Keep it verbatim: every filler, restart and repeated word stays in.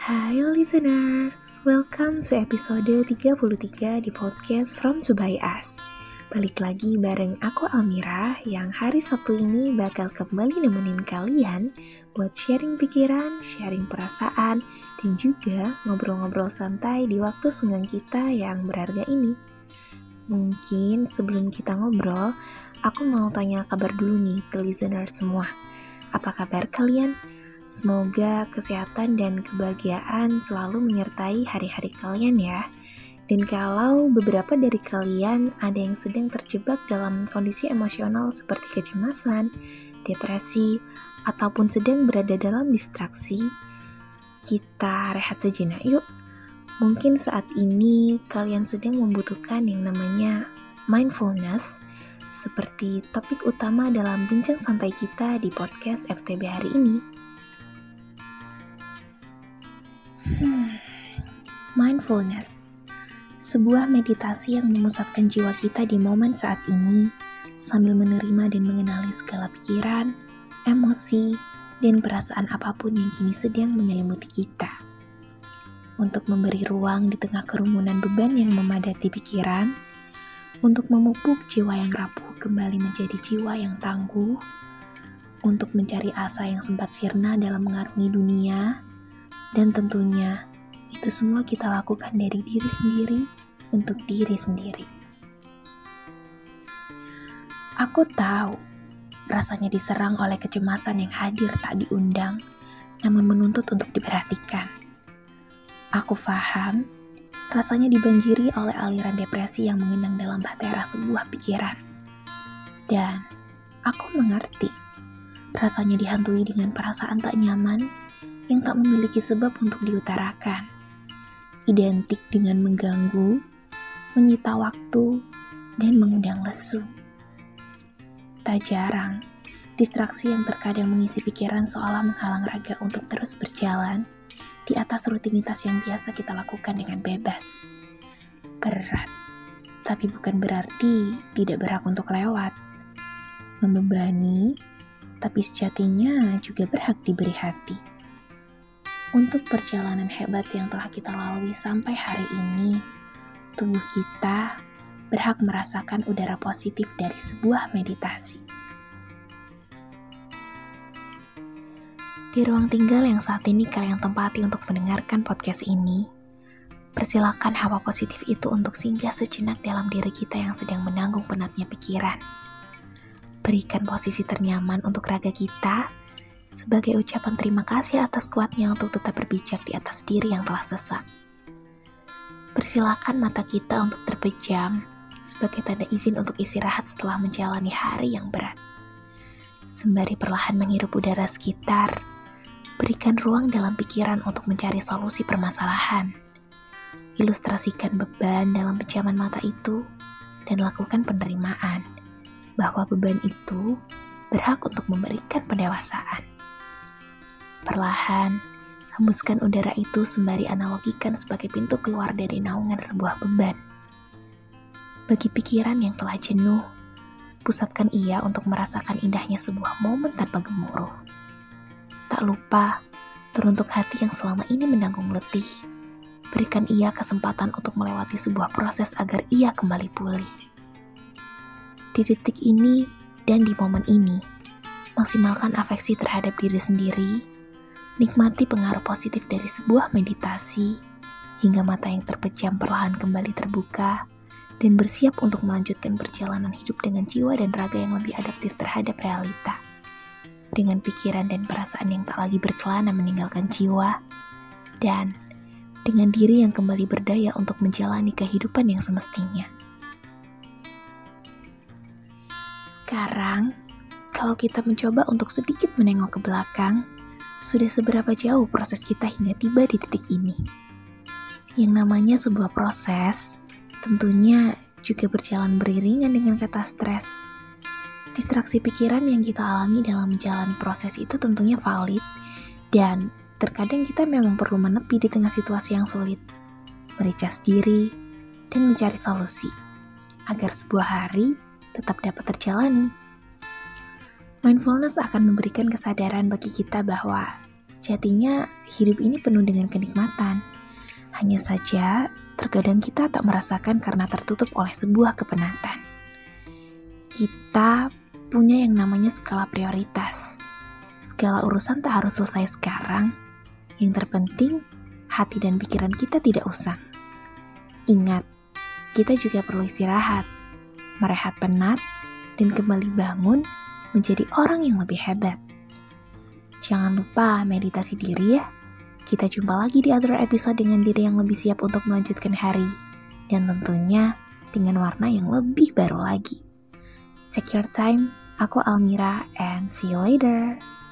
Hai listeners, welcome to episode tiga puluh tiga di podcast From To By Us. Balik lagi bareng aku Almira yang hari Sabtu ini bakal kembali nemenin kalian buat sharing pikiran, sharing perasaan, dan juga ngobrol-ngobrol santai di waktu senggang kita yang berharga ini. Mungkin sebelum kita ngobrol, aku mau tanya kabar dulu nih ke listener semua. Apa kabar kalian? Semoga kesehatan dan kebahagiaan selalu menyertai hari-hari kalian ya. Dan kalau beberapa dari kalian ada yang sedang terjebak dalam kondisi emosional seperti kecemasan, depresi, ataupun sedang berada dalam distraksi, kita rehat sejenak yuk. Mungkin saat ini kalian sedang membutuhkan yang namanya mindfulness, seperti topik utama dalam bincang santai kita di podcast F T B hari ini. Hmm, mindfulness, sebuah meditasi yang memusatkan jiwa kita di momen saat ini, sambil menerima dan mengenali segala pikiran, emosi, dan perasaan apapun yang kini sedang menyelimuti kita. Untuk memberi ruang di tengah kerumunan beban yang memadati pikiran, untuk memupuk jiwa yang rapuh kembali menjadi jiwa yang tangguh, untuk mencari asa yang sempat sirna dalam mengarungi dunia. Dan tentunya, itu semua kita lakukan dari diri sendiri untuk diri sendiri. Aku tahu, rasanya diserang oleh kecemasan yang hadir tak diundang, namun menuntut untuk diperhatikan. Aku paham, rasanya dibanjiri oleh aliran depresi yang mengenang dalam bahtera sebuah pikiran. Dan, aku mengerti, rasanya dihantui dengan perasaan tak nyaman, yang tak memiliki sebab untuk diutarakan, identik dengan mengganggu, menyita waktu, dan mengundang lesu. Tak jarang, distraksi yang terkadang mengisi pikiran seolah menghalang raga untuk terus berjalan di atas rutinitas yang biasa kita lakukan dengan bebas. Berat, tapi bukan berarti tidak berhak untuk lewat. Membebani, tapi sejatinya juga berhak diberi hati. Untuk perjalanan hebat yang telah kita lalui sampai hari ini, tubuh kita berhak merasakan udara positif dari sebuah meditasi. Di ruang tinggal yang saat ini kalian tempati untuk mendengarkan podcast ini, persilakan hawa positif itu untuk singgah sejenak dalam diri kita yang sedang menanggung penatnya pikiran. Berikan posisi ternyaman untuk raga kita, sebagai ucapan terima kasih atas kuatnya untuk tetap berpijak di atas diri yang telah sesak. Persilakan mata kita untuk terpejam sebagai tanda izin untuk istirahat setelah menjalani hari yang berat. Sembari perlahan menghirup udara sekitar, berikan ruang dalam pikiran untuk mencari solusi permasalahan. Ilustrasikan beban dalam pejaman mata itu dan lakukan penerimaan bahwa beban itu berhak untuk memberikan pendewasaan. Perlahan, hembuskan udara itu sembari analogikan sebagai pintu keluar dari naungan sebuah beban. Bagi pikiran yang telah jenuh, pusatkan ia untuk merasakan indahnya sebuah momen tanpa gemuruh. Tak lupa, teruntuk hati yang selama ini menanggung letih, berikan ia kesempatan untuk melewati sebuah proses agar ia kembali pulih. Di detik ini dan di momen ini, maksimalkan afeksi terhadap diri sendiri. Nikmati pengaruh positif dari sebuah meditasi, hingga mata yang terpejam perlahan kembali terbuka, dan bersiap untuk melanjutkan perjalanan hidup dengan jiwa dan raga yang lebih adaptif terhadap realita. Dengan pikiran dan perasaan yang tak lagi berkelana meninggalkan jiwa, dan dengan diri yang kembali berdaya untuk menjalani kehidupan yang semestinya. Sekarang, kalau kita mencoba untuk sedikit menengok ke belakang, sudah seberapa jauh proses kita hingga tiba di titik ini? Yang namanya sebuah proses, tentunya juga berjalan beriringan dengan kata stres. Distraksi pikiran yang kita alami dalam menjalani proses itu tentunya valid, dan terkadang kita memang perlu menepi di tengah situasi yang sulit, mericas diri, dan mencari solusi, agar sebuah hari tetap dapat terjalani. Mindfulness akan memberikan kesadaran bagi kita bahwa Sejatinya hidup ini penuh dengan kenikmatan. Hanya saja terkadang kita tak merasakan karena tertutup oleh sebuah kepenatan. Kita punya yang namanya skala prioritas. Segala urusan tak harus selesai sekarang. Yang terpenting, hati dan pikiran kita tidak usang. Ingat, kita juga perlu istirahat, merehat penat, dan kembali bangun menjadi orang yang lebih hebat. Jangan lupa meditasi diri ya. Kita jumpa lagi di other episode dengan diri yang lebih siap untuk melanjutkan hari. Dan tentunya dengan warna yang lebih baru lagi. Take your time, aku Almira, and see you later.